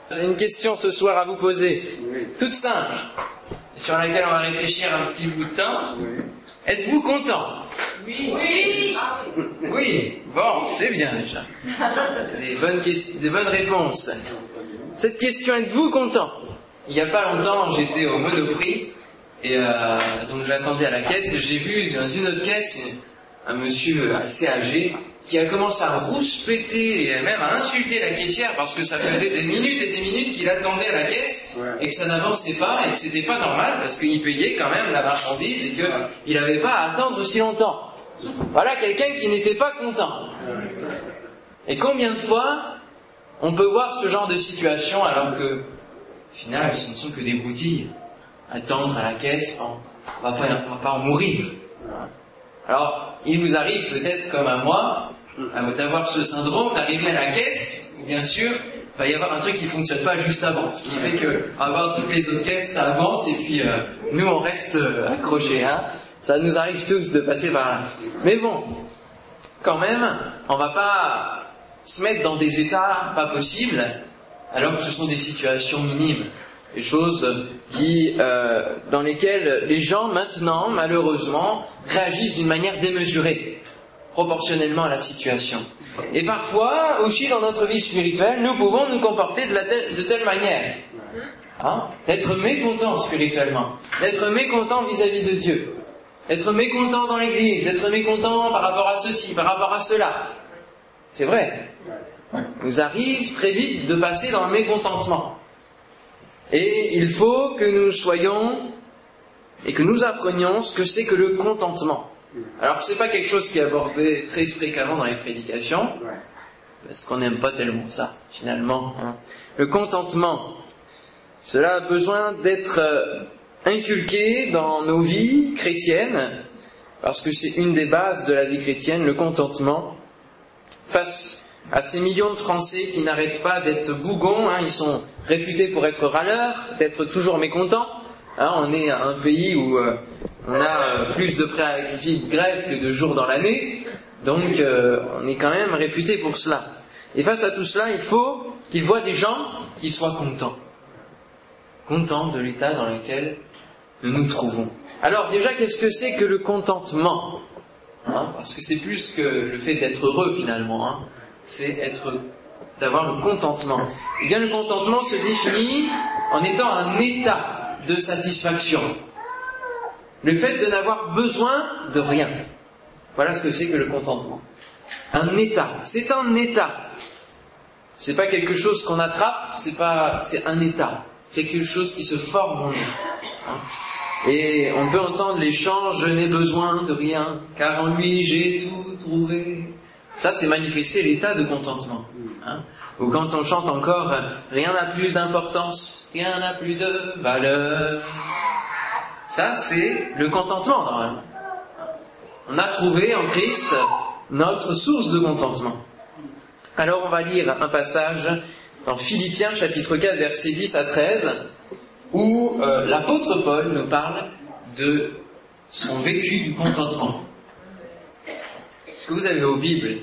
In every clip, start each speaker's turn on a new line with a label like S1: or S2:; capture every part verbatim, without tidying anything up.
S1: J'ai une question ce soir à vous poser, toute simple, sur laquelle on va réfléchir un petit bout de temps. Êtes-vous content?
S2: Oui. Oui.
S1: Oui. Bon, c'est bien déjà. Des bonnes, des bonnes réponses. Cette question, êtes-vous content? Il n'y a pas longtemps, j'étais au Monoprix et euh, donc j'attendais à la caisse et j'ai vu dans une autre caisse un monsieur assez âgé qui a commencé à rouspéter et même à insulter la caissière parce que ça faisait des minutes et des minutes qu'il attendait à la caisse et que ça n'avançait pas et que c'était pas normal parce qu'il payait quand même la marchandise et qu'il n'avait pas à attendre si longtemps. Voilà quelqu'un qui n'était pas content. Et combien de fois on peut voir ce genre de situation alors que, au final, ce ne sont que des broutilles. Attendre à la caisse, on ne va pas, on va pas en mourir. Alors, il vous arrive peut-être comme à moi, d'avoir ce syndrome, d'arriver à la caisse, où bien sûr, il va y avoir un truc qui ne fonctionne pas juste avant. Ce qui fait que, avoir toutes les autres caisses, ça avance, et puis euh, nous, on reste euh, accrochés. Hein. Ça nous arrive tous de passer par là. Mais bon, quand même, on ne va pas se mettre dans des états pas possibles, alors que ce sont des situations minimes. Des choses qui, euh, dans lesquelles les gens, maintenant, malheureusement, réagissent d'une manière démesurée, proportionnellement à la situation. Et parfois, aussi dans notre vie spirituelle, nous pouvons nous comporter de, la telle, de telle manière. Hein, d'être mécontents spirituellement, d'être mécontents vis-à-vis de Dieu, d'être mécontents dans l'église, d'être mécontents par rapport à ceci, par rapport à cela. C'est vrai. Il nous arrive très vite de passer dans le mécontentement. Et il faut que nous soyons et que nous apprenions ce que c'est que le contentement. Alors c'est pas quelque chose qui est abordé très fréquemment dans les prédications, parce qu'on n'aime pas tellement ça, finalement. Hein. Le contentement, cela a besoin d'être inculqué dans nos vies chrétiennes, parce que c'est une des bases de la vie chrétienne, le contentement, face à ces millions de Français qui n'arrêtent pas d'être bougons, hein, ils sont réputés pour être râleurs, d'être toujours mécontents. Hein, on est un pays où euh, on a euh, plus de préavis de grève que de jours dans l'année, donc euh, on est quand même réputé pour cela. Et face à tout cela, il faut qu'ils voient des gens qui soient contents. Contents de l'état dans lequel nous nous trouvons. Alors déjà, qu'est-ce que c'est que le contentement? Hein, parce que c'est plus que le fait d'être heureux finalement. Hein. C'est être, d'avoir le contentement. Eh bien, le contentement se définit en étant un état de satisfaction. Le fait de n'avoir besoin de rien. Voilà ce que c'est que le contentement. Un état. C'est un état. C'est pas quelque chose qu'on attrape, c'est pas, c'est un état. C'est quelque chose qui se forme en nous. Hein. Et on peut entendre les chants, je n'ai besoin de rien, car en lui j'ai tout trouvé. Ça, c'est manifester l'état de contentement. Hein. Ou quand on chante encore, rien n'a plus d'importance, rien n'a plus de valeur. Ça, c'est le contentement, normalement. On a trouvé en Christ notre source de contentement. Alors, on va lire un passage dans Philippiens, chapitre quatre, versets dix à treize, où euh, l'apôtre Paul nous parle de son vécu du contentement. Est-ce que vous avez vos Bibles?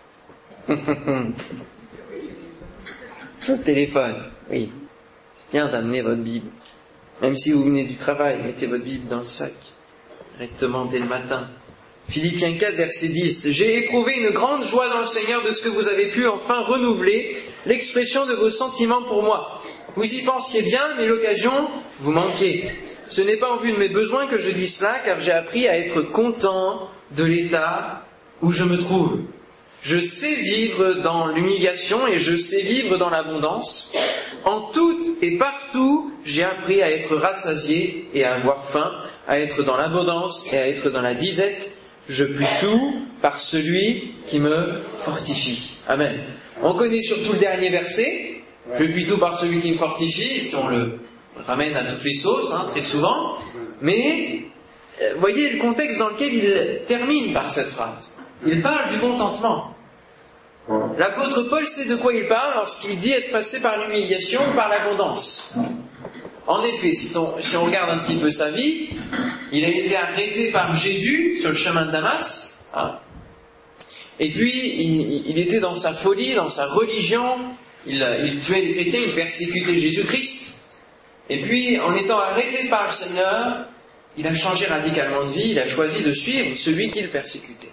S1: Sur le téléphone, oui. C'est bien d'amener votre Bible. Même si vous venez du travail, mettez votre Bible dans le sac, directement dès le matin. Philippiens quatre, verset dix. J'ai éprouvé une grande joie dans le Seigneur de ce que vous avez pu enfin renouveler l'expression de vos sentiments pour moi. Vous y pensiez bien, mais l'occasion vous manquait. Ce n'est pas en vue de mes besoins que je dis cela, car j'ai appris à être content de l'état où je me trouve. Je sais vivre dans l'humiliation et je sais vivre dans l'abondance. En tout et partout, j'ai appris à être rassasié et à avoir faim, à être dans l'abondance et à être dans la disette. Je puis tout par celui qui me fortifie. Amen. On connaît surtout le dernier verset. Je puis tout par celui qui me fortifie. Et puis on le ramène à toutes les sauces, hein, très souvent. Mais euh, voyez le contexte dans lequel il termine par cette phrase. Il parle du contentement. L'apôtre Paul sait de quoi il parle lorsqu'il dit être passé par l'humiliation ou par l'abondance. En effet, si on, si on regarde un petit peu sa vie, il a été arrêté par Jésus sur le chemin de Damas, hein, et puis il, il était dans sa folie, dans sa religion, il, il tuait les chrétiens, il persécutait Jésus-Christ. Et puis, en étant arrêté par le Seigneur, il a changé radicalement de vie, il a choisi de suivre celui qu'il persécutait.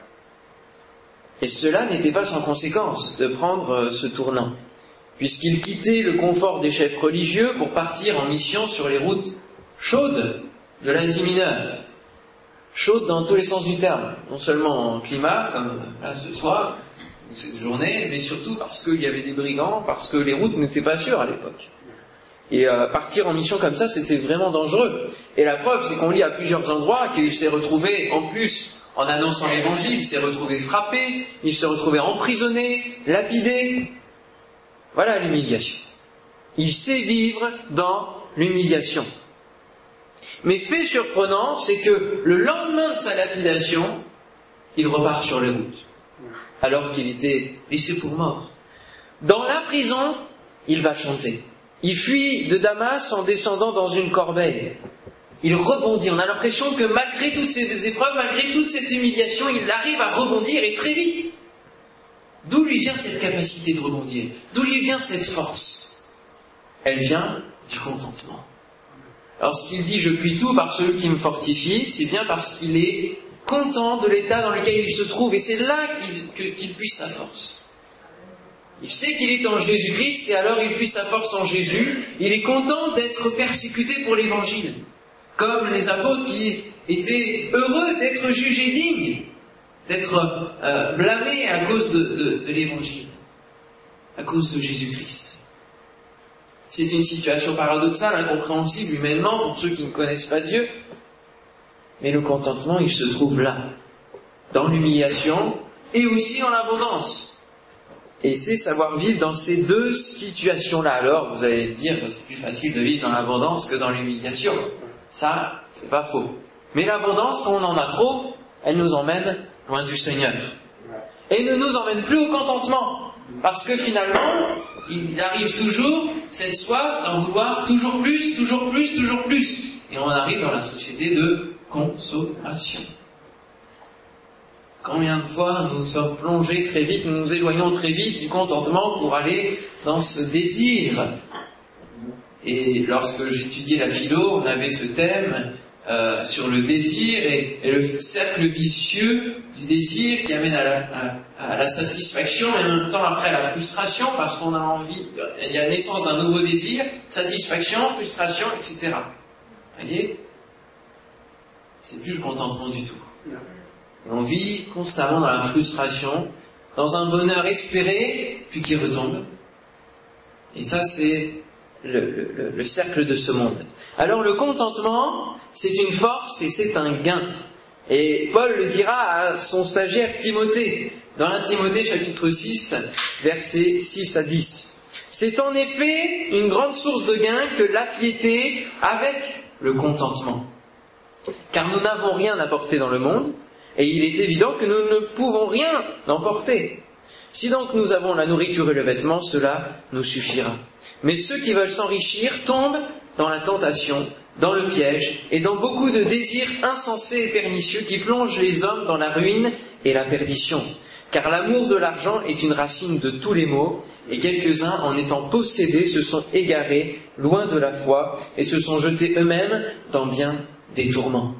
S1: Et cela n'était pas sans conséquence de prendre ce tournant, puisqu'il quittait le confort des chefs religieux pour partir en mission sur les routes chaudes de l'Asie mineure. Chaudes dans tous les sens du terme, non seulement en climat, comme là ce soir, cette journée, mais surtout parce qu'il y avait des brigands, parce que les routes n'étaient pas sûres à l'époque. Et euh, partir en mission comme ça, c'était vraiment dangereux. Et la preuve, c'est qu'on lit à plusieurs endroits qu'il s'est retrouvé, en plus, en annonçant l'évangile, il s'est retrouvé frappé, il s'est retrouvé emprisonné, lapidé. Voilà l'humiliation. Il sait vivre dans l'humiliation. Mais fait surprenant, c'est que le lendemain de sa lapidation, il repart sur les routes, alors qu'il était laissé pour mort. Dans la prison, il va chanter. Il fuit de Damas en descendant dans une corbeille. Il rebondit. On a l'impression que malgré toutes ces épreuves, malgré toute cette humiliation, il arrive à rebondir et très vite. D'où lui vient cette capacité de rebondir? D'où lui vient cette force? Elle vient du contentement. Lorsqu'il dit « je puis tout par celui qui me fortifie », c'est bien parce qu'il est content de l'état dans lequel il se trouve, et c'est là qu'il, qu'il puise sa force. Il sait qu'il est en Jésus-Christ, et alors il puise sa force en Jésus. Il est content d'être persécuté pour l'Évangile, comme les apôtres qui étaient heureux d'être jugés dignes, d'être euh, blâmés à cause de, de, de l'Évangile, à cause de Jésus-Christ. C'est une situation paradoxale, incompréhensible humainement pour ceux qui ne connaissent pas Dieu. Mais le contentement, il se trouve là, dans l'humiliation et aussi dans l'abondance. Et c'est savoir vivre dans ces deux situations-là. Alors, vous allez dire, c'est plus facile de vivre dans l'abondance que dans l'humiliation. Ça, c'est pas faux. Mais l'abondance, quand on en a trop, elle nous emmène loin du Seigneur. Et ne nous emmène plus au contentement. Parce que finalement, il arrive toujours cette soif d'en vouloir toujours plus, toujours plus, toujours plus. Et on arrive dans la société de consommation. Combien de fois nous sommes plongés très vite, nous nous éloignons très vite du contentement pour aller dans ce désir. Et lorsque j'étudiais la philo, on avait ce thème euh, sur le désir et, et le cercle vicieux du désir qui amène à la, à, à la satisfaction et en même temps après à la frustration parce qu'on a envie, il y a naissance d'un nouveau désir, satisfaction, frustration, et cetera. Vous voyez ? C'est plus le contentement du tout. Et on vit constamment dans la frustration, dans un bonheur espéré, puis qui retombe. Et ça, c'est le, le, le cercle de ce monde. Alors le contentement, c'est une force et c'est un gain. Et Paul le dira à son stagiaire Timothée, dans l'Un Timothée chapitre six, versets six à dix. C'est en effet une grande source de gain que la piété avec le contentement. Car nous n'avons rien à porter dans le monde, et il est évident que nous ne pouvons rien emporter. Si donc nous avons la nourriture et le vêtement, cela nous suffira. Mais ceux qui veulent s'enrichir tombent dans la tentation, dans le piège, et dans beaucoup de désirs insensés et pernicieux qui plongent les hommes dans la ruine et la perdition. Car l'amour de l'argent est une racine de tous les maux, et quelques-uns, en étant possédés, se sont égarés loin de la foi, et se sont jetés eux-mêmes dans bien des tourments.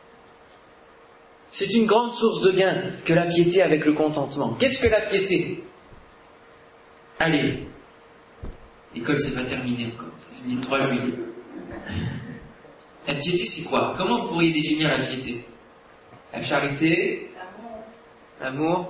S1: C'est une grande source de gain que la piété avec le contentement. Qu'est-ce que la piété? Allez, l'école c'est pas terminé encore, ça finit le trois juillet. La piété c'est quoi? Comment vous pourriez définir la piété? La charité, l'amour,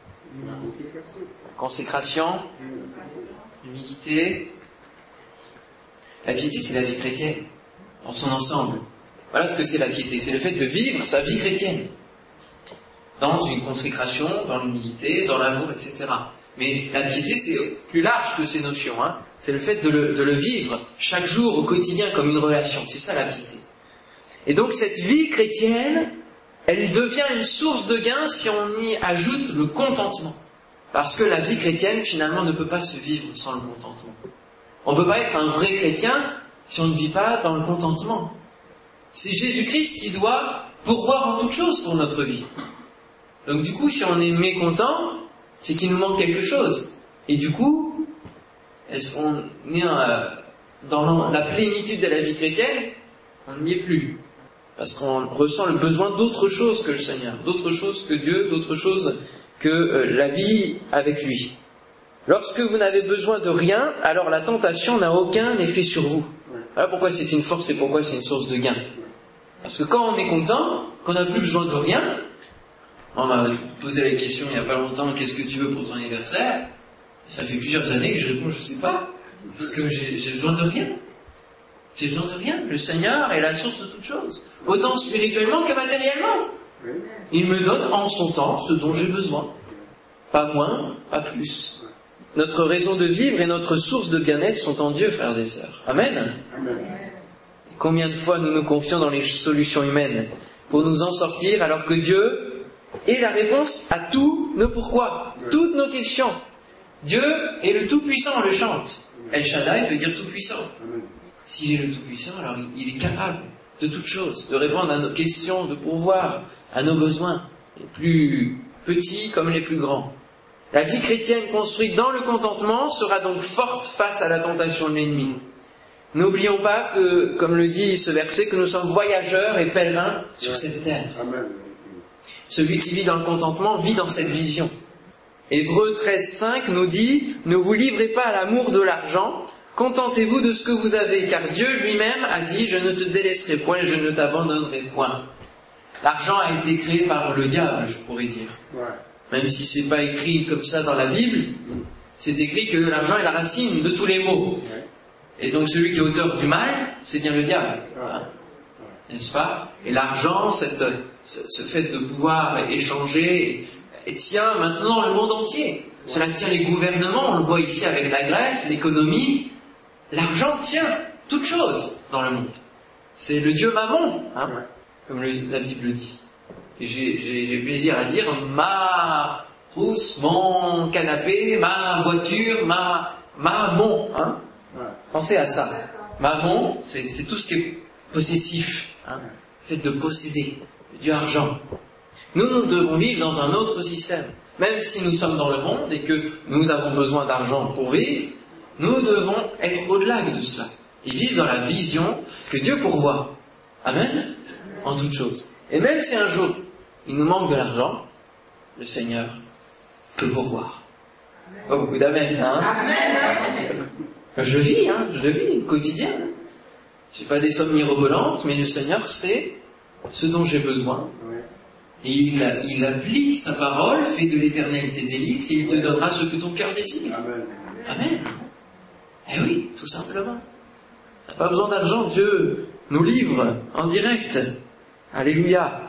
S1: la consécration, l'humilité. La piété c'est la vie chrétienne, dans son ensemble. Voilà ce que c'est la piété, c'est le fait de vivre sa vie chrétienne. Dans une consécration, dans l'humilité, dans l'amour, et cetera. Mais la piété, c'est plus large que ces notions. Hein. C'est le fait de le, de le vivre chaque jour, au quotidien, comme une relation. C'est ça la piété. Et donc cette vie chrétienne, elle devient une source de gain si on y ajoute le contentement. Parce que la vie chrétienne, finalement, ne peut pas se vivre sans le contentement. On ne peut pas être un vrai chrétien si on ne vit pas dans le contentement. C'est Jésus-Christ qui doit pourvoir en toutes choses pour notre vie. Donc du coup, si on est mécontent, c'est qu'il nous manque quelque chose. Et du coup, est-ce qu'on est euh, dans la plénitude de la vie chrétienne? On n'y est plus. Parce qu'on ressent le besoin d'autre chose que le Seigneur, d'autre chose que Dieu, d'autre chose que euh, la vie avec lui. Lorsque vous n'avez besoin de rien, alors la tentation n'a aucun effet sur vous. Voilà pourquoi c'est une force et pourquoi c'est une source de gain. Parce que quand on est content, qu'on n'a plus besoin de rien, on m'a posé la question il n'y a pas longtemps, qu'est-ce que tu veux pour ton anniversaire? Ça fait plusieurs années que je réponds, je sais pas, parce que j'ai, j'ai besoin de rien. J'ai besoin de rien. Le Seigneur est la source de toutes choses, autant spirituellement que matériellement. Il me donne en son temps ce dont j'ai besoin. Pas moins, pas plus. Notre raison de vivre et notre source de bien-être sont en Dieu, frères et sœurs. Amen.
S2: Amen.
S1: Combien de fois nous nous confions dans les solutions humaines pour nous en sortir alors que Dieu est la réponse à tous nos pourquoi, toutes nos questions. Dieu est le Tout-Puissant, on le chante. El Shaddai, ça veut dire Tout-Puissant. S'il est le Tout-Puissant, alors il est capable de toutes choses, de répondre à nos questions, de pourvoir à nos besoins, les plus petits comme les plus grands. La vie chrétienne construite dans le contentement sera donc forte face à la tentation de l'ennemi. N'oublions pas que, comme le dit ce verset, que nous sommes voyageurs et pèlerins sur cette terre.
S2: Amen.
S1: Celui qui vit dans le contentement vit dans cette vision. Hébreux treize cinq nous dit « Ne vous livrez pas à l'amour de l'argent, contentez-vous de ce que vous avez, car Dieu lui-même a dit « Je ne te délaisserai point, je ne t'abandonnerai point ». L'argent a été créé par le diable, je pourrais dire.
S2: Ouais.
S1: Même si c'est pas écrit comme ça dans la Bible, c'est écrit que l'argent est la racine de tous les maux.
S2: Ouais.
S1: Et donc celui qui est auteur du mal, c'est bien le diable. Hein, n'est-ce pas? Et l'argent, cette, ce, ce fait de pouvoir échanger, et tient maintenant le monde entier. Cela tient les gouvernements, on le voit ici avec la Grèce, l'économie. L'argent tient toute chose dans le monde. C'est le dieu Mammon, hein, comme le, la Bible dit. Et j'ai, j'ai, j'ai plaisir à dire ma trousse, mon canapé, ma voiture, ma mammon. Hein. Pensez à ça. Mammon, c'est, c'est tout ce qui est possessif, hein, le fait de posséder, le dieu argent. Nous, nous devons vivre dans un autre système. Même si nous sommes dans le monde et que nous avons besoin d'argent pour vivre, nous devons être au-delà de cela et vivre dans la vision que Dieu pourvoit. Amen. En toutes choses. Et même si un jour il nous manque de l'argent, le Seigneur peut pourvoir. Pas beaucoup d'amen, hein? Amen. Je vis, hein, je le vis, au quotidien. J'ai pas des sommes mirobolantes, mais le Seigneur sait ce dont j'ai besoin. Et il, il applique sa parole, fait de l'éternalité délice, et il te donnera ce que ton cœur désire. Amen. Amen. Eh oui, tout simplement. On n'a pas besoin d'argent, Dieu nous livre en direct. Alléluia.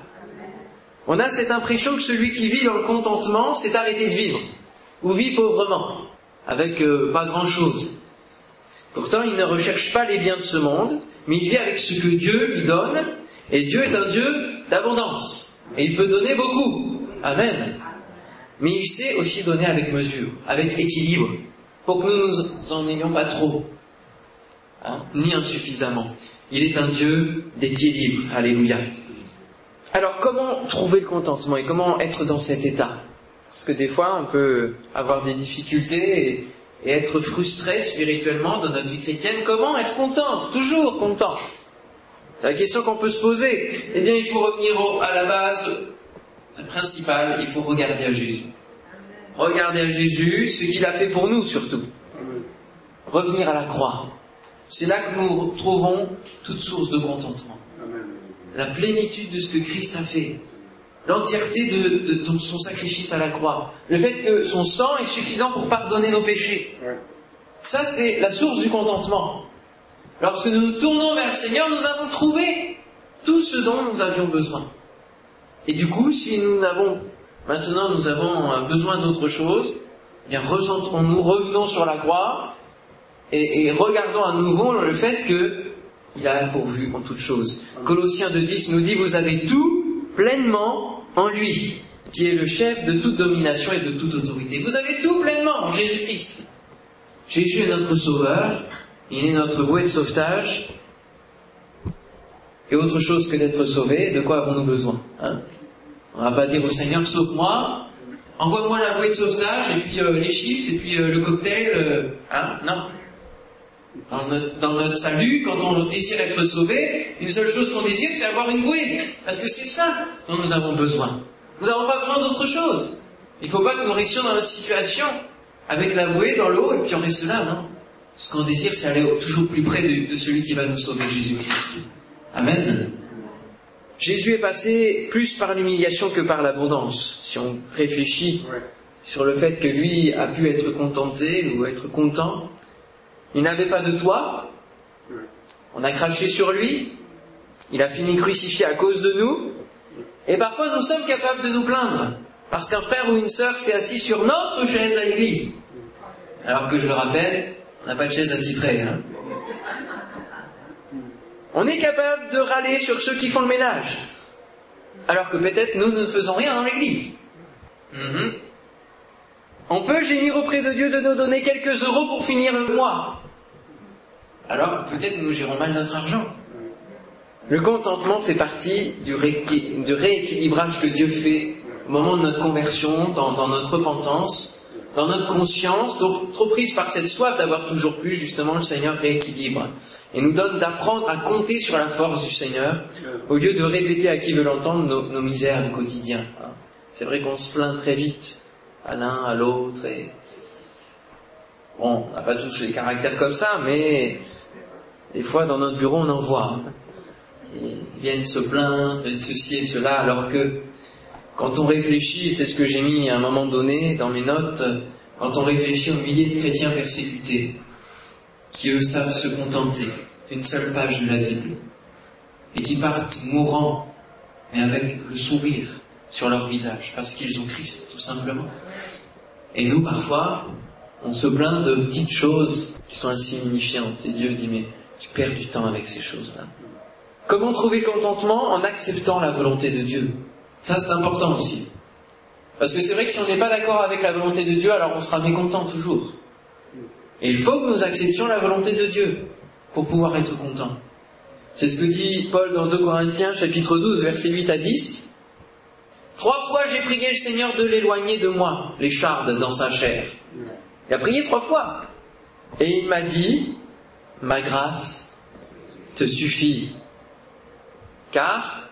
S1: On a cette impression que celui qui vit dans le contentement s'est arrêté de vivre, ou vit pauvrement, avec euh, pas grand-chose. Pourtant, il ne recherche pas les biens de ce monde, mais il vit avec ce que Dieu lui donne, et Dieu est un Dieu d'abondance. Et il peut donner beaucoup. Amen. Mais il sait aussi donner avec mesure, avec équilibre, pour que nous nous en ayons pas trop, hein, ni insuffisamment. Il est un Dieu d'équilibre. Alléluia. Alors, comment trouver le contentement et comment être dans cet état? Parce que des fois, on peut avoir des difficultés et, et être frustré spirituellement dans notre vie chrétienne. Comment être content? Toujours content. C'est la question qu'on peut se poser. Eh bien, il faut revenir au, à la base principale, il faut regarder à Jésus. Regarder à Jésus, ce qu'il a fait pour nous surtout. Revenir à la croix. C'est là que nous trouvons toute source de contentement. La plénitude de ce que Christ a fait. L'entièreté de, de, de son sacrifice à la croix. Le fait que son sang est suffisant pour pardonner nos péchés. Ça, c'est la source du contentement. Lorsque nous nous tournons vers le Seigneur, nous avons trouvé tout ce dont nous avions besoin. Et du coup, si nous n'avons, maintenant nous avons besoin d'autre chose, eh bien recentrons-nous, revenons sur la croix, et, et regardons à nouveau le fait que il a pourvu en toutes choses. Colossiens deux dix nous dit, vous avez tout pleinement en lui, qui est le chef de toute domination et de toute autorité. Vous avez tout pleinement en Jésus-Christ. Jésus est notre sauveur. Il est notre bouée de sauvetage. Et autre chose que d'être sauvé, de quoi avons-nous besoin, hein? On ne va pas dire au Seigneur, sauve-moi, Envoie-moi la bouée de sauvetage, et puis euh, les chips, et puis euh, le cocktail. Euh, hein? Non. Dans notre, dans notre salut, quand on désire être sauvé, une seule chose qu'on désire, c'est avoir une bouée. Parce que c'est ça dont nous avons besoin. Nous n'avons pas besoin d'autre chose. Il ne faut pas que nous restions dans notre situation avec la bouée dans l'eau, et puis on reste là, non. Ce qu'on désire, c'est aller toujours plus près de, de celui qui va nous sauver, Jésus-Christ. Amen. Jésus est passé plus par l'humiliation que par l'abondance. Si on réfléchit sur le fait que lui a pu être contenté ou être content, il n'avait pas de toit, on a craché sur lui, il a fini crucifié à cause de nous, et parfois nous sommes capables de nous plaindre, parce qu'un frère ou une sœur s'est assis sur notre chaise à l'église. Alors que je le rappelle, on n'a pas de chaise attitrée. Hein. On est capable de râler sur ceux qui font le ménage, alors que peut-être nous, nous ne faisons rien dans l'église. Mm-hmm. On peut gémir auprès de Dieu de nous donner quelques euros pour finir le mois, alors que peut-être nous gérons mal notre argent. Le contentement fait partie du, ré- du rééquilibrage que Dieu fait au moment de notre conversion, dans, dans notre repentance, dans notre conscience. Donc, trop prise par cette soif d'avoir toujours plus, justement, le Seigneur rééquilibre et nous donne d'apprendre à compter sur la force du Seigneur au lieu de répéter à qui veut l'entendre nos, nos misères du quotidien. C'est vrai qu'on se plaint très vite à l'un, à l'autre, et bon, on n'a pas tous les caractères comme ça, mais des fois dans notre bureau on en voit. Ils viennent se plaindre et de ceci et cela, alors que quand on réfléchit, et c'est ce que j'ai mis à un moment donné dans mes notes, quand on réfléchit aux milliers de chrétiens persécutés, qui eux savent se contenter d'une seule page de la Bible, et qui partent mourants, mais avec le sourire sur leur visage, parce qu'ils ont Christ, tout simplement. Et nous, parfois, on se plaint de petites choses qui sont insignifiantes, et Dieu dit, mais tu perds du temps avec ces choses-là. Comment trouver le contentement? En acceptant la volonté de Dieu. Ça, c'est important aussi. Parce que c'est vrai que si on n'est pas d'accord avec la volonté de Dieu, alors on sera mécontent toujours. Et il faut que nous acceptions la volonté de Dieu pour pouvoir être content. C'est ce que dit Paul dans deux Corinthiens, chapitre douze, versets huit à dix. Trois fois j'ai prié le Seigneur de l'éloigner de moi, l'écharde dans sa chair. Il a prié trois fois. Et il m'a dit, ma grâce te suffit. Car,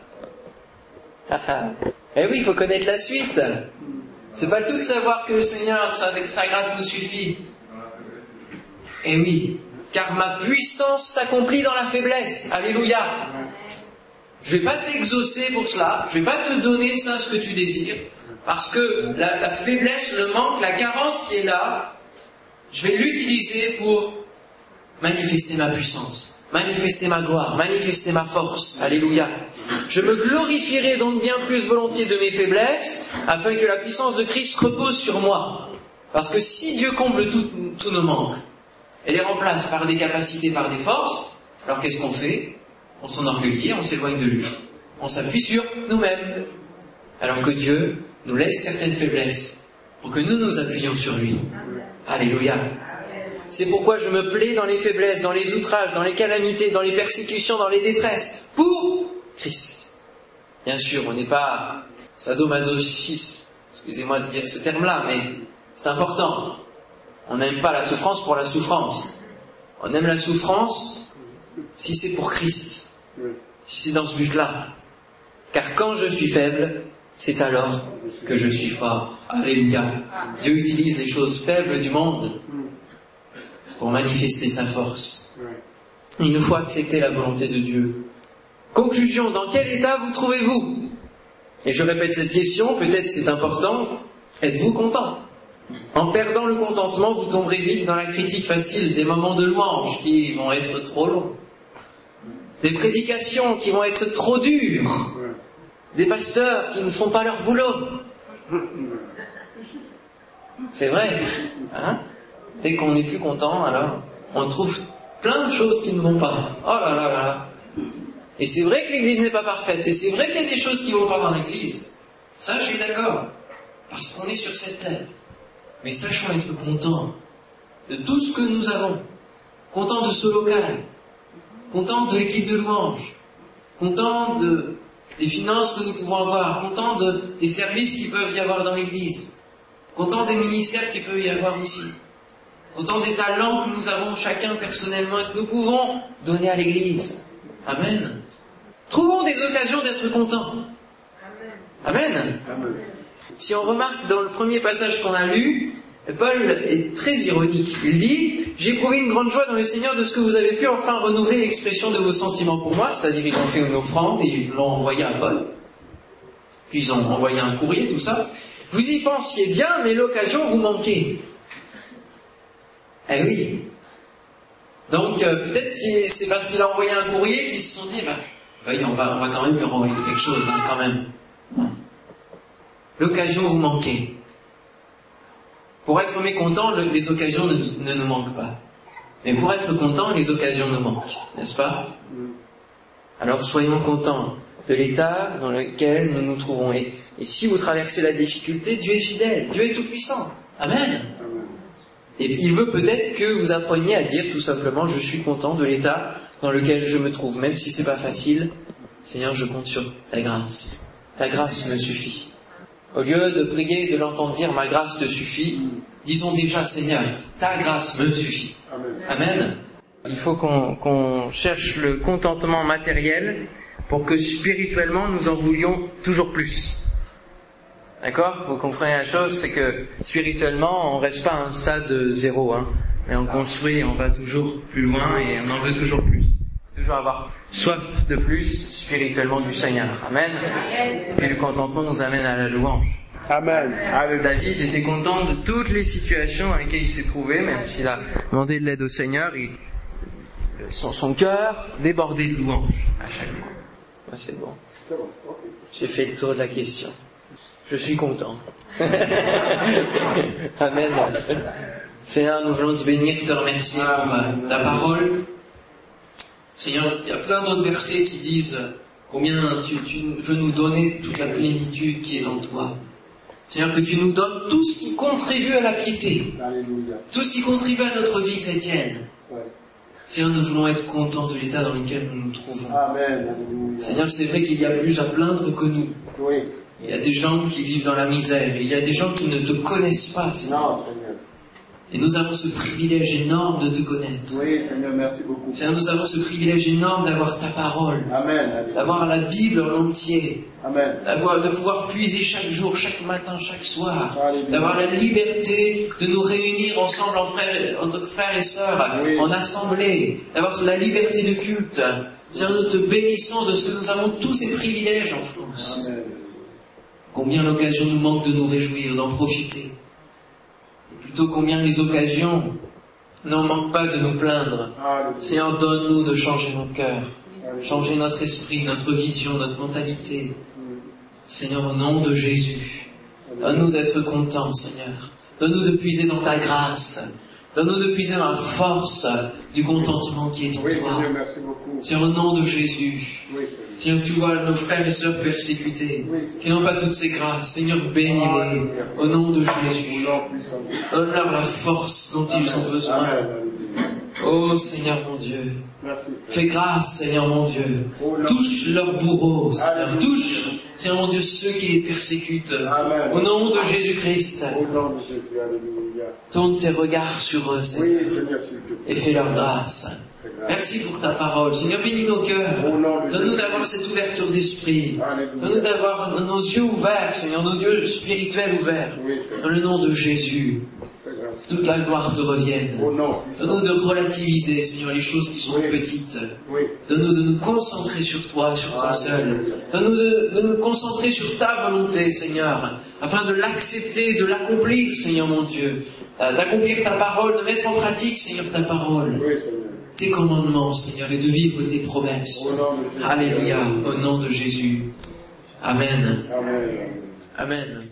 S1: eh oui, il faut connaître la suite. C'est pas le tout de savoir que le Seigneur, sa, sa grâce nous suffit. Eh oui, car ma puissance s'accomplit dans la faiblesse. Alléluia. Je vais pas t'exaucer pour cela, je vais pas te donner ça, ce que tu désires, parce que la, la faiblesse, le manque, la carence qui est là, je vais l'utiliser pour manifester ma puissance, manifester ma gloire, manifester ma force. Alléluia. Je me glorifierai donc bien plus volontiers de mes faiblesses, afin que la puissance de Christ repose sur moi. Parce que si Dieu comble tous nos manques, et les remplace par des capacités, par des forces, alors qu'est-ce qu'on fait? On s'enorgueillit, on s'éloigne de lui. On s'appuie sur nous-mêmes. Alors que Dieu nous laisse certaines faiblesses pour que nous nous appuyions sur lui. Alléluia. C'est pourquoi je me plais dans les faiblesses, dans les outrages, dans les calamités, dans les persécutions, dans les détresses, pour Christ. Bien sûr, on n'est pas sadomasochisme, excusez-moi de dire ce terme-là, mais c'est important. On n'aime pas la souffrance pour la souffrance. On aime la souffrance si c'est pour Christ, si c'est dans ce but-là. Car quand je suis faible, c'est alors que je suis fort. Alléluia. Dieu utilise les choses faibles du monde pour manifester sa force. Il nous faut accepter la volonté de Dieu. Conclusion, dans quel état vous trouvez-vous? Et je répète cette question, peut-être c'est important. Êtes-vous content? En perdant le contentement, vous tomberez vite dans la critique facile des moments de louange qui vont être trop longs, des prédications qui vont être trop dures, des pasteurs qui ne font pas leur boulot. C'est vrai, hein? Dès qu'on n'est plus content, alors on trouve plein de choses qui ne vont pas. Oh là là là là. Et c'est vrai que l'église n'est pas parfaite, et c'est vrai qu'il y a des choses qui ne vont pas dans l'église. Ça, je suis d'accord, parce qu'on est sur cette terre. Mais sachons être contents de tout ce que nous avons, contents de ce local, contents de l'équipe de louange, contents de, des finances que nous pouvons avoir, contents de, des services qu'il peut y avoir dans l'église. content des ministères qu'il peut y avoir ici, content des talents que nous avons chacun personnellement et que nous pouvons donner à l'Église. Amen. Trouvons des occasions d'être contents. Amen. Amen. Si on remarque dans le premier passage qu'on a lu, Paul est très ironique. Il dit « J'ai éprouvé une grande joie dans le Seigneur de ce que vous avez pu enfin renouveler l'expression de vos sentiments pour moi. » C'est-à-dire ils ont fait une offrande et ils l'ont envoyé à Paul. Puis ils ont envoyé un courrier, tout ça. Vous y pensiez bien, mais l'occasion vous manquait. Eh oui. Donc euh, peut-être que c'est parce qu'il a envoyé un courrier qu'ils se sont dit bah, « Voyez, on va, on va quand même lui renvoyer quelque chose, hein, quand même. Hein. » L'occasion vous manquait. Pour être mécontent, les occasions ne, ne nous manquent pas. Mais pour être content, les occasions nous manquent, n'est-ce pas? Alors soyons contents de l'état dans lequel nous nous trouvons. Et, et si vous traversez la difficulté, Dieu est fidèle, Dieu est tout-puissant. Amen. Et il veut peut-être que vous appreniez à dire tout simplement « Je suis content de l'état dans lequel je me trouve, même si c'est pas facile. Seigneur, je compte sur ta grâce. Ta grâce me suffit. » Au lieu de prier et de l'entendre dire « Ma grâce te suffit », disons déjà « Seigneur, ta grâce me suffit. » Amen. Il faut qu'on, qu'on cherche le contentement matériel pour que spirituellement nous en voulions toujours plus. D'accord? Vous comprenez la chose, c'est que spirituellement on reste pas à un stade zéro, hein, mais on construit et on va toujours plus loin et on en veut toujours plus. Toujours avoir soif de plus spirituellement du Seigneur. Amen. Et le contentement nous amène à la louange.
S2: Amen.
S1: David était content de toutes les situations dans lesquelles il s'est trouvé, même s'il a demandé de l'aide au Seigneur, il, son, son cœur débordait de louange à chaque fois. Ouais, c'est bon. J'ai fait le tour de la question. Je suis content. Amen. Seigneur, nous voulons te bénir, te remercier pour euh, ta parole. Seigneur, il y a plein d'autres versets qui disent combien tu, tu veux nous donner toute la plénitude qui est en toi. Seigneur, que tu nous donnes tout ce qui contribue à la piété, Alléluia. Tout ce qui contribue à notre vie chrétienne. Ouais. Seigneur, nous voulons être contents de l'état dans lequel nous nous trouvons. Amen. Seigneur, c'est vrai qu'il y a plus à plaindre que nous. Oui. Il y a des gens qui vivent dans la misère, il y a des gens qui ne te connaissent pas, Seigneur. Non, Seigneur. Et nous avons ce privilège énorme de te connaître.
S2: Oui, Seigneur, merci beaucoup.
S1: Seigneur, nous avons ce privilège énorme d'avoir ta parole. Amen. D'avoir la Bible en entier. Amen. D'avoir, de pouvoir puiser chaque jour, chaque matin, chaque soir. Alléluia. D'avoir la liberté de nous réunir ensemble en, frères, en tant que frères et sœurs, oui. En assemblée. D'avoir la liberté de culte. Seigneur, nous te bénissons de ce que nous avons tous ces privilèges en France. Amen. Combien l'occasion nous manque de nous réjouir, d'en profiter. Plutôt combien les occasions n'en manquent pas de nous plaindre. Seigneur, donne-nous de changer nos cœurs, changer notre esprit, notre vision, notre mentalité. Seigneur, au nom de Jésus, donne-nous d'être contents, Seigneur. Donne-nous de puiser dans ta grâce. Donne-nous de puiser dans la force du contentement qui est en oui, toi. Seigneur, au nom de Jésus. Oui, Seigneur, tu vois nos frères et sœurs persécutés, oui, qui n'ont pas toutes ces grâces. Seigneur, bénis-les au nom de Jésus. Donne-leur la force dont ils ont besoin. Oh Seigneur mon Dieu, fais grâce Seigneur mon Dieu. Touche leurs bourreaux, Seigneur. Touche, Seigneur mon Dieu, ceux qui les persécutent. Au nom de Jésus-Christ. Tourne tes regards sur eux, Seigneur, et fais leur grâce. Merci pour ta parole. Seigneur, bénis nos cœurs. Donne-nous d'avoir cette ouverture d'esprit. Donne-nous d'avoir nos yeux ouverts, Seigneur, nos yeux spirituels ouverts. Dans le nom de Jésus. Que toute la gloire te revienne. Donne-nous de relativiser, Seigneur, les choses qui sont petites. Donne-nous de nous concentrer sur toi, sur toi seul. Donne-nous de, de nous concentrer sur ta volonté, Seigneur, afin de l'accepter, de l'accomplir, Seigneur mon Dieu. D'accomplir ta parole, de mettre en pratique, Seigneur, ta parole. Tes commandements, Seigneur, et de vivre tes promesses. Alléluia, au nom de Jésus. Amen. Amen. Amen.